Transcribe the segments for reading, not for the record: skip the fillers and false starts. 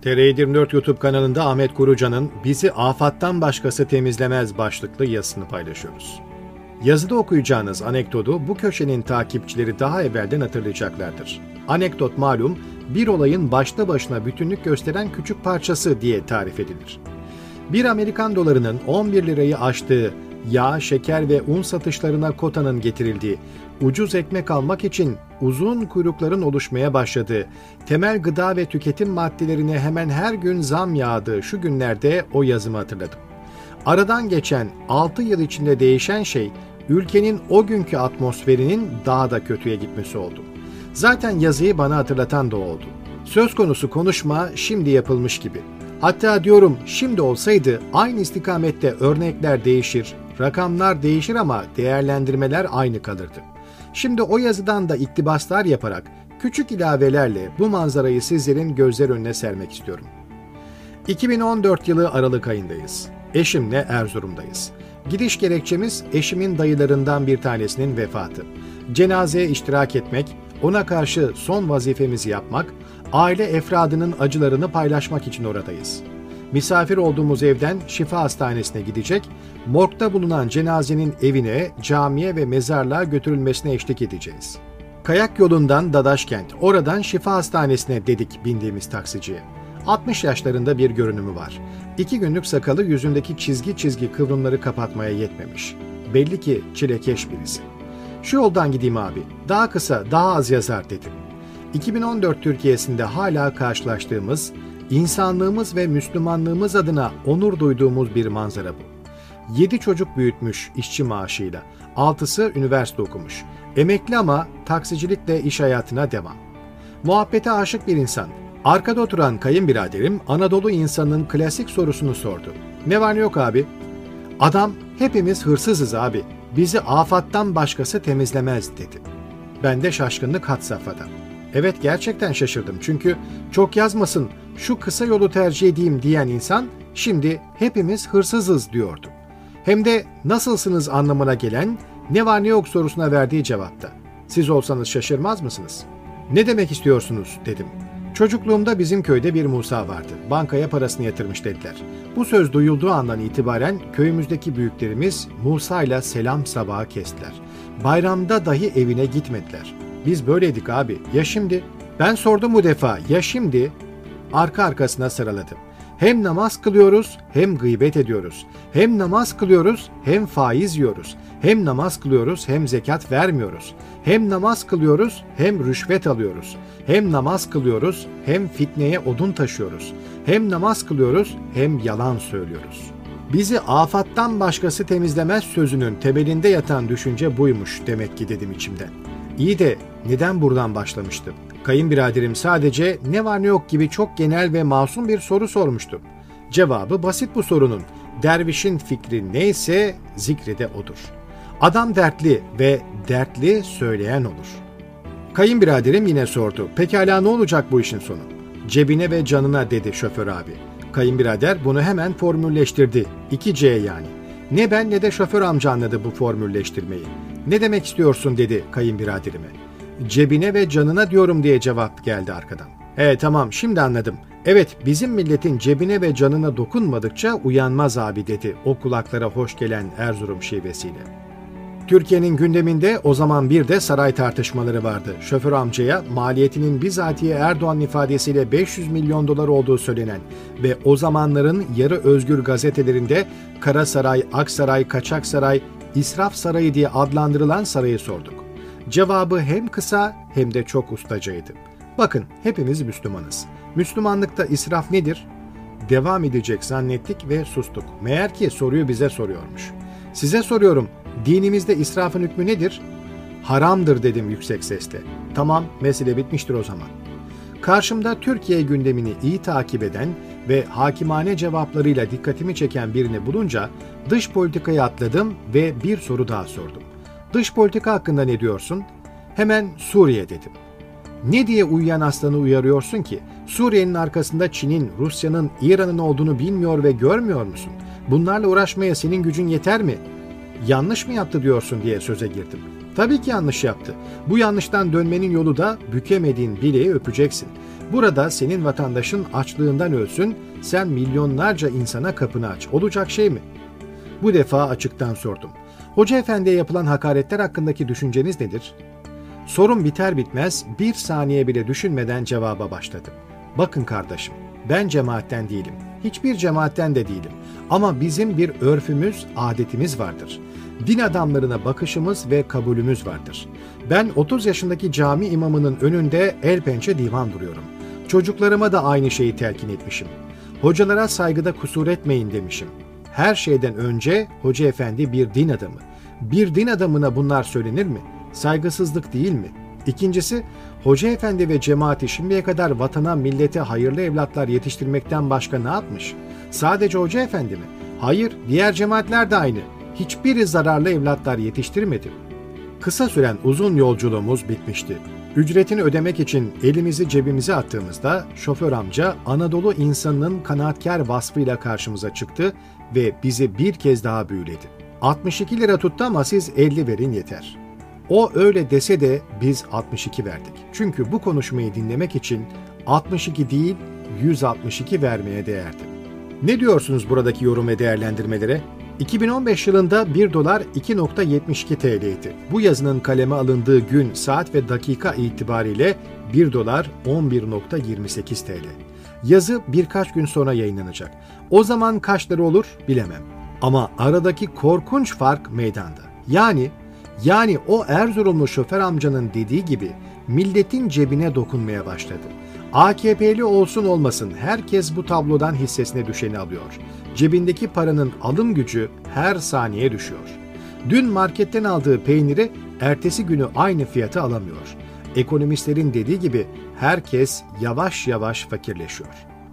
TR24 YouTube kanalında Ahmet Kurucan'ın "Bizi afattan başkası temizlemez" başlıklı yazısını paylaşıyoruz. Yazıda okuyacağınız anekdotu bu köşenin takipçileri daha evvelden hatırlayacaklardır. Anekdot malum, bir olayın başta başına bütünlük gösteren küçük parçası diye tarif edilir. Bir Amerikan dolarının 11 lirayı aştığı, yağ, şeker ve un satışlarına kotanın getirildiği, ucuz ekmek almak için uzun kuyrukların oluşmaya başladığı, temel gıda ve tüketim maddelerine hemen her gün zam yağdığı şu günlerde o yazımı hatırladım. Aradan geçen 6 yıl içinde değişen şey, ülkenin o günkü atmosferinin daha da kötüye gitmesi oldu. Zaten yazıyı bana hatırlatan da oldu. Söz konusu konuşma şimdi yapılmış gibi. Hatta diyorum, şimdi olsaydı aynı istikamette örnekler değişir, rakamlar değişir ama değerlendirmeler aynı kalırdı. Şimdi o yazıdan da iktibaslar yaparak küçük ilavelerle bu manzarayı sizlerin gözler önüne sermek istiyorum. 2014 yılı Aralık ayındayız. Eşimle Erzurum'dayız. Gidiş gerekçemiz eşimin dayılarından bir tanesinin vefatı. Cenazeye iştirak etmek, ona karşı son vazifemizi yapmak, aile efradının acılarını paylaşmak için oradayız. Misafir olduğumuz evden Şifa Hastanesi'ne gidecek, morgda bulunan cenazenin evine, camiye ve mezarlığa götürülmesine eşlik edeceğiz. Kayak yolundan Dadaşkent, oradan Şifa Hastanesi'ne dedik bindiğimiz taksiciye. 60 yaşlarında bir görünümü var. 2 günlük sakalı yüzündeki çizgi kıvrımları kapatmaya yetmemiş. Belli ki çilekeş birisi. "Şu yoldan gideyim abi, daha kısa, daha az yazar" dedim. 2014 Türkiye'sinde hala karşılaştığımız, insanlığımız ve Müslümanlığımız adına onur duyduğumuz bir manzara bu. 7 çocuk büyütmüş işçi maaşıyla, 6'sı üniversite okumuş. Emekli ama taksicilikle iş hayatına devam. Muhabbete aşık bir insan. Arkada oturan kayınbiraderim Anadolu insanının klasik sorusunu sordu. "Ne var ne yok abi?" Adam, "Hepimiz hırsızız abi. Bizi afattan başkası temizlemez" dedi. Ben de şaşkınlık had safhada. Evet, gerçekten şaşırdım çünkü çok yazmasın, şu kısa yolu tercih edeyim diyen insan şimdi "hepimiz hırsızız" diyordu. Hem de nasılsınız anlamına gelen "ne var ne yok" sorusuna verdiği cevapta. Siz olsanız şaşırmaz mısınız? "Ne demek istiyorsunuz?" dedim. "Çocukluğumda bizim köyde bir Musa vardı. Bankaya parasını yatırmış" dediler. Bu söz duyulduğu andan itibaren köyümüzdeki büyüklerimiz Musa ile selam sabahı kestiler. Bayramda dahi evine gitmediler. Biz böyleydik abi. Ya şimdi? Ben sordum bu defa. Ya şimdi? Arka arkasına sıraladım. Hem namaz kılıyoruz hem gıybet ediyoruz. Hem namaz kılıyoruz hem faiz yiyoruz. Hem namaz kılıyoruz hem zekat vermiyoruz. Hem namaz kılıyoruz hem rüşvet alıyoruz. Hem namaz kılıyoruz hem fitneye odun taşıyoruz. Hem namaz kılıyoruz hem yalan söylüyoruz. Bizi afattan başkası temizlemez sözünün temelinde yatan düşünce buymuş demek ki dedim içimden. İyi de neden buradan başlamıştım? Kayınbiraderim sadece "ne var ne yok" gibi çok genel ve masum bir soru sormuştu. Cevabı basit bu sorunun. Dervişin fikri neyse zikri de odur. Adam dertli ve dertli söyleyen olur. Kayınbiraderim yine sordu. "Pekala ne olacak bu işin sonu?" "Cebine ve canına" dedi şoför abi. Kayınbirader bunu hemen formülleştirdi. 2C yani. Ne ben ne de şoför amca anladı bu formülleştirmeyi. "Ne demek istiyorsun?" dedi kayınbiraderime. "Cebine ve canına diyorum" diye cevap geldi arkadan. Tamam, şimdi anladım. Evet, bizim milletin cebine ve canına dokunmadıkça uyanmaz abi" dedi o kulaklara hoş gelen Erzurum şivesiyle. Türkiye'nin gündeminde o zaman bir de saray tartışmaları vardı. Şoför amcaya maliyetinin bizatihi Erdoğan ifadesiyle 500 milyon dolar olduğu söylenen ve o zamanların yarı özgür gazetelerinde Kara Saray, Aksaray, Kaçak Saray, İsraf Sarayı diye adlandırılan sarayı sorduk. Cevabı hem kısa hem de çok ustacaydı. Bakın, hepimiz Müslümanız. Müslümanlıkta israf nedir? Devam edecek zannettik ve sustuk. Meğer ki soruyu bize soruyormuş. Size soruyorum, dinimizde israfın hükmü nedir? Haramdır dedim yüksek sesle. Tamam, mesele bitmiştir o zaman. Karşımda Türkiye gündemini iyi takip eden ve hakimane cevaplarıyla dikkatimi çeken birini bulunca dış politikaya atladım ve bir soru daha sordum. "Dış politika hakkında ne diyorsun?" "Hemen Suriye" dedim. "Ne diye uyuyan aslanı uyarıyorsun ki? Suriye'nin arkasında Çin'in, Rusya'nın, İran'ın olduğunu bilmiyor ve görmüyor musun? Bunlarla uğraşmaya senin gücün yeter mi? Yanlış mı yaptı diyorsun?" diye söze girdim. Tabii ki yanlış yaptı. Bu yanlıştan dönmenin yolu da bükemediğin bileği öpeceksin. Burada senin vatandaşın açlığından ölsün, sen milyonlarca insana kapını aç. Olacak şey mi? Bu defa açıktan sordum. Hoca efendiye yapılan hakaretler hakkındaki düşünceniz nedir? Sorum biter bitmez bir saniye bile düşünmeden cevaba başladım. Bakın kardeşim, ben cemaatten değilim. Hiçbir cemaatten de değilim. Ama bizim bir örfümüz, adetimiz vardır. Din adamlarına bakışımız ve kabulümüz vardır. Ben 30 yaşındaki cami imamının önünde el pençe divan duruyorum. Çocuklarıma da aynı şeyi telkin etmişim. Hocalara saygıda kusur etmeyin demişim. Her şeyden önce hoca efendi bir din adamı. Bir din adamına bunlar söylenir mi? Saygısızlık değil mi? İkincisi, hoca efendi ve cemaati şimdiye kadar vatana, millete hayırlı evlatlar yetiştirmekten başka ne yapmış? Sadece hoca efendi mi? Hayır, diğer cemaatler de aynı. Hiçbiri zararlı evlatlar yetiştirmedi. Kısa süren uzun yolculuğumuz bitmişti. Ücretini ödemek için elimizi cebimize attığımızda şoför amca Anadolu insanının kanaatkar vasfıyla karşımıza çıktı ve bizi bir kez daha büyüledi. 62 lira tuttu ama siz 50 verin yeter. O öyle dese de biz 62 verdik. Çünkü bu konuşmayı dinlemek için 62 değil 162 vermeye değerdi. Ne diyorsunuz buradaki yorum ve değerlendirmelere? 2015 yılında 1 dolar 2.72 TL'ydi. Bu yazının kaleme alındığı gün, saat ve dakika itibariyle 1 dolar 11.28 TL. Yazı birkaç gün sonra yayınlanacak. O zaman kaç lira olur bilemem. Ama aradaki korkunç fark meydanda. Yani o Erzurumlu şoför amcanın dediği gibi milletin cebine dokunmaya başladı. AKP'li olsun olmasın herkes bu tablodan hissesine düşeni alıyor. Cebindeki paranın alım gücü her saniye düşüyor. Dün marketten aldığı peyniri ertesi günü aynı fiyata alamıyor. Ekonomistlerin dediği gibi herkes yavaş yavaş fakirleşiyor.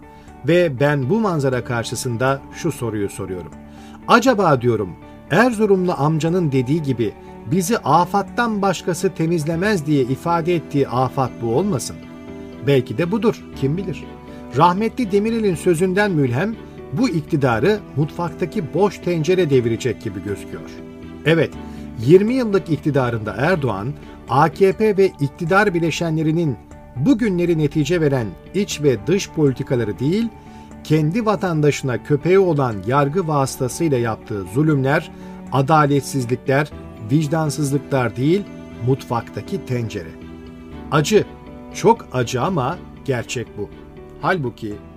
Ve ben bu manzara karşısında şu soruyu soruyorum. Acaba diyorum Erzurumlu amcanın dediği gibi bizi afattan başkası temizlemez diye ifade ettiği afat bu olmasın? Belki de budur, kim bilir. Rahmetli Demirel'in sözünden mülhem bu iktidarı mutfaktaki boş tencere devirecek gibi gözüküyor. Evet, 20 yıllık iktidarında Erdoğan, AKP ve iktidar bileşenlerinin bugünleri netice veren iç ve dış politikaları değil, kendi vatandaşına köpeği olan yargı vasıtasıyla yaptığı zulümler, adaletsizlikler, vicdansızlıklar değil, mutfaktaki tencere. Acı, çok acı ama gerçek bu. Halbuki